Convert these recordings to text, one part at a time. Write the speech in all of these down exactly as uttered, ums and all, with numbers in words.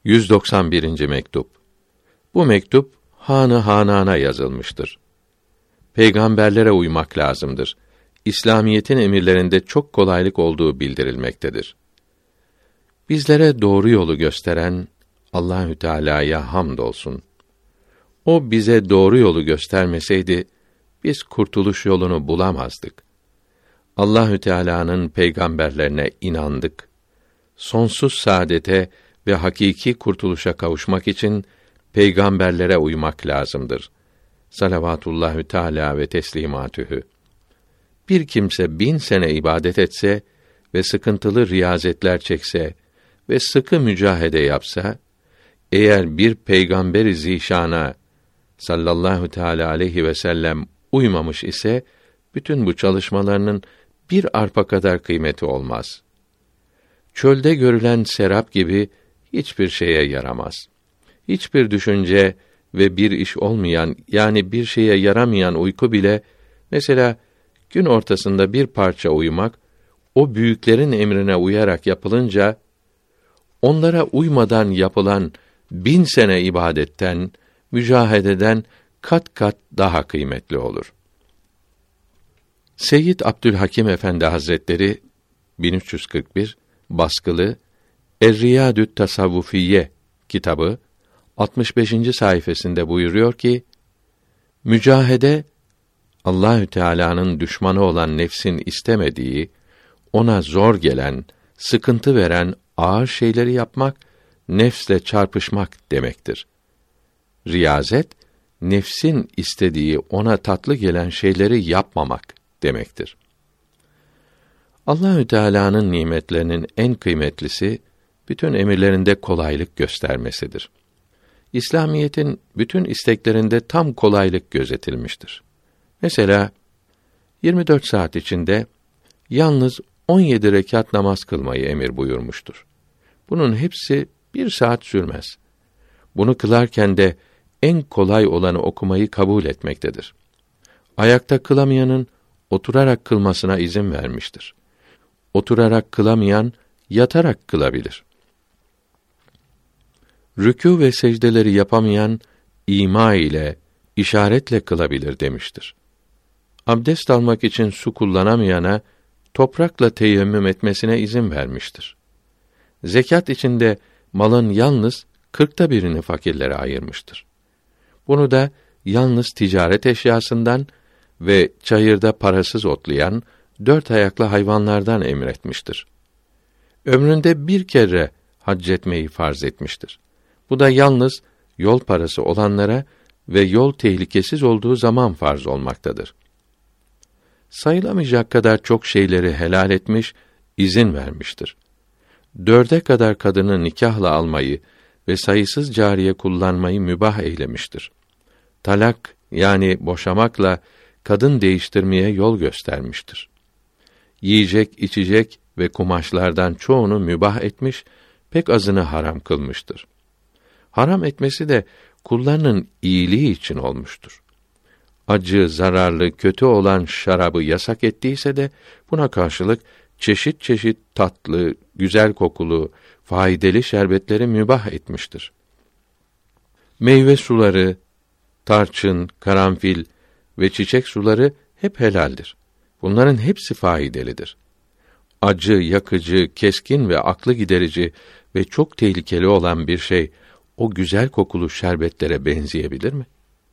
yüz doksan birinci mektup. Bu mektup hanı hanana yazılmıştır. Peygamberlere uymak lazımdır. İslamiyetin emirlerinde çok kolaylık olduğu bildirilmektedir. Bizlere doğru yolu gösteren Allahü Teala'ya hamdolsun. O bize doğru yolu göstermeseydi biz kurtuluş yolunu bulamazdık. Allahü Teala'nın peygamberlerine inandık. Sonsuz saadete ve hakiki kurtuluşa kavuşmak için peygamberlere uymak lazımdır. Salavatullahü Teala ve teslimatühü. Bir kimse bin sene ibadet etse ve sıkıntılı riyazetler çekse ve sıkı mücahede yapsa, eğer bir peygamber-i zişana sallallahu teâlâ aleyhi ve sellem uymamış ise, bütün bu çalışmalarının bir arpa kadar kıymeti olmaz. Çölde görülen serap gibi hiçbir şeye yaramaz. Hiçbir düşünce ve bir iş olmayan, yani bir şeye yaramayan uyku bile, mesela gün ortasında bir parça uyumak, o büyüklerin emrine uyarak yapılınca, onlara uymadan yapılan bin sene ibadetten, mücahededen kat kat daha kıymetli olur. Seyyid Abdülhakim Efendi Hazretleri bin üç yüz kırk bir baskılı Er-Riyadü't Tasavvufiyye kitabı altmış beşinci sayfasında buyuruyor ki, mücahede Allahü Teala'nın düşmanı olan nefsin istemediği, ona zor gelen, sıkıntı veren ağır şeyleri yapmak, nefsle çarpışmak demektir. Riyazet, nefsin istediği, ona tatlı gelen şeyleri yapmamak demektir. Allahü Teala'nın nimetlerinin en kıymetlisi, bütün emirlerinde kolaylık göstermesidir. İslamiyetin bütün isteklerinde tam kolaylık gözetilmiştir. Mesela, yirmi dört saat içinde yalnız on yedi rekat namaz kılmayı emir buyurmuştur. Bunun hepsi bir saat sürmez. Bunu kılarken de en kolay olanı okumayı kabul etmektedir. Ayakta kılamayanın oturarak kılmasına izin vermiştir. Oturarak kılamayan yatarak kılabilir. Rükû ve secdeleri yapamayan ima ile, işaretle kılabilir demiştir. Abdest almak için su kullanamayana toprakla teyemmüm etmesine izin vermiştir. Zekat içinde malın yalnız kırkta birini fakirlere ayırmıştır. Bunu da yalnız ticaret eşyasından ve çayırda parasız otlayan dört ayaklı hayvanlardan emretmiştir. Ömründe bir kere hac etmeyi farz etmiştir. Bu da yalnız yol parası olanlara ve yol tehlikesiz olduğu zaman farz olmaktadır. Sayılamayacak kadar çok şeyleri helal etmiş, izin vermiştir. Dörde kadar kadını nikahla almayı ve sayısız cariye kullanmayı mübah eylemiştir. Talak, yani boşamakla kadın değiştirmeye yol göstermiştir. Yiyecek, içecek ve kumaşlardan çoğunu mübah etmiş, pek azını haram kılmıştır. Haram etmesi de kullarının iyiliği için olmuştur. Acı, zararlı, kötü olan şarabı yasak ettiyse de buna karşılık çeşit çeşit tatlı, güzel kokulu, faydalı şerbetleri mübah etmiştir. Meyve suları, tarçın, karanfil ve çiçek suları hep helaldir. Bunların hepsi faydalıdır. Acı, yakıcı, keskin ve aklı giderici ve çok tehlikeli olan bir şey o güzel kokulu şerbetlere benzeyebilir mi?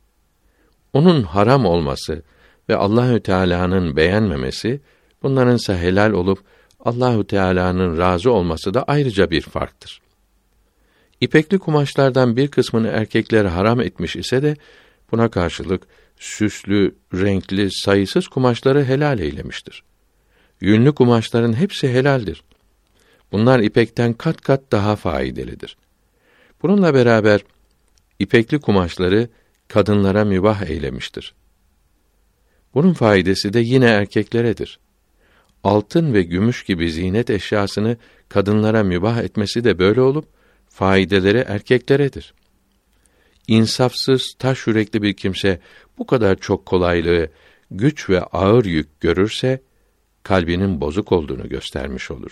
Onun haram olması ve Allahü Teala'nın beğenmemesi, bunlarınsa helal olup Allahü Teala'nın razı olması da ayrıca bir farktır. İpekli kumaşlardan bir kısmını erkekler haram etmiş ise de buna karşılık süslü, renkli, sayısız kumaşları helal eylemiştir. Yünlü kumaşların hepsi helaldir. Bunlar ipekten kat kat daha faydalıdır. Bununla beraber ipekli kumaşları kadınlara mübah eylemiştir. Bunun faydası da yine erkekleredir. Altın ve gümüş gibi ziynet eşyasını kadınlara mübah etmesi de böyle olup faydeleri erkekleredir. İnsafsız, taş yürekli bir kimse bu kadar çok kolaylığı, güç ve ağır yük görürse kalbinin bozuk olduğunu göstermiş olur.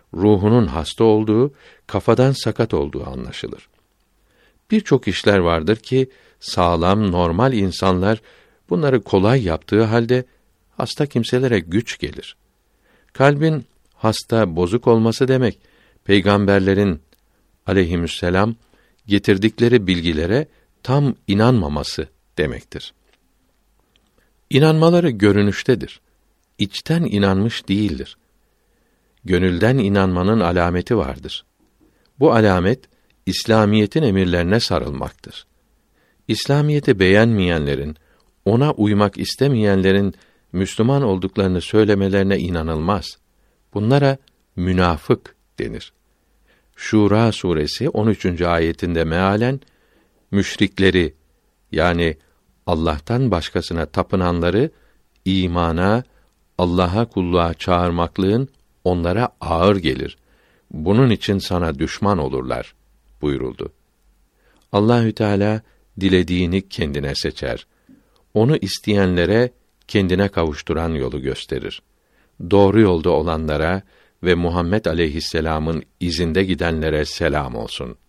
ruhunun hasta olduğu, kafadan sakat olduğu anlaşılır. Birçok işler vardır ki sağlam, normal insanlar bunları kolay yaptığı halde hasta kimselere güç gelir. Kalbin hasta, bozuk olması demek, peygamberlerin aleyhisselam getirdikleri bilgilere tam inanmaması demektir. İnanmaları görünüştedir. İçten inanmış değildir. Gönülden inanmanın alameti vardır. Bu alamet İslamiyetin emirlerine sarılmaktır. İslamiyeti beğenmeyenlerin, ona uymak istemeyenlerin Müslüman olduklarını söylemelerine inanılmaz. Bunlara münafık denir. Şura suresi on üçüncü ayetinde mealen müşrikleri, yani Allah'tan başkasına tapınanları imana, Allah'a kulluğa çağırmaklığın onlara ağır gelir. Bunun için sana düşman olurlar buyuruldu. Allahü Teala dilediğini kendine seçer. Onu isteyenlere kendine kavuşturan yolu gösterir. Doğru yolda olanlara ve Muhammed aleyhisselam'ın izinde gidenlere selam olsun.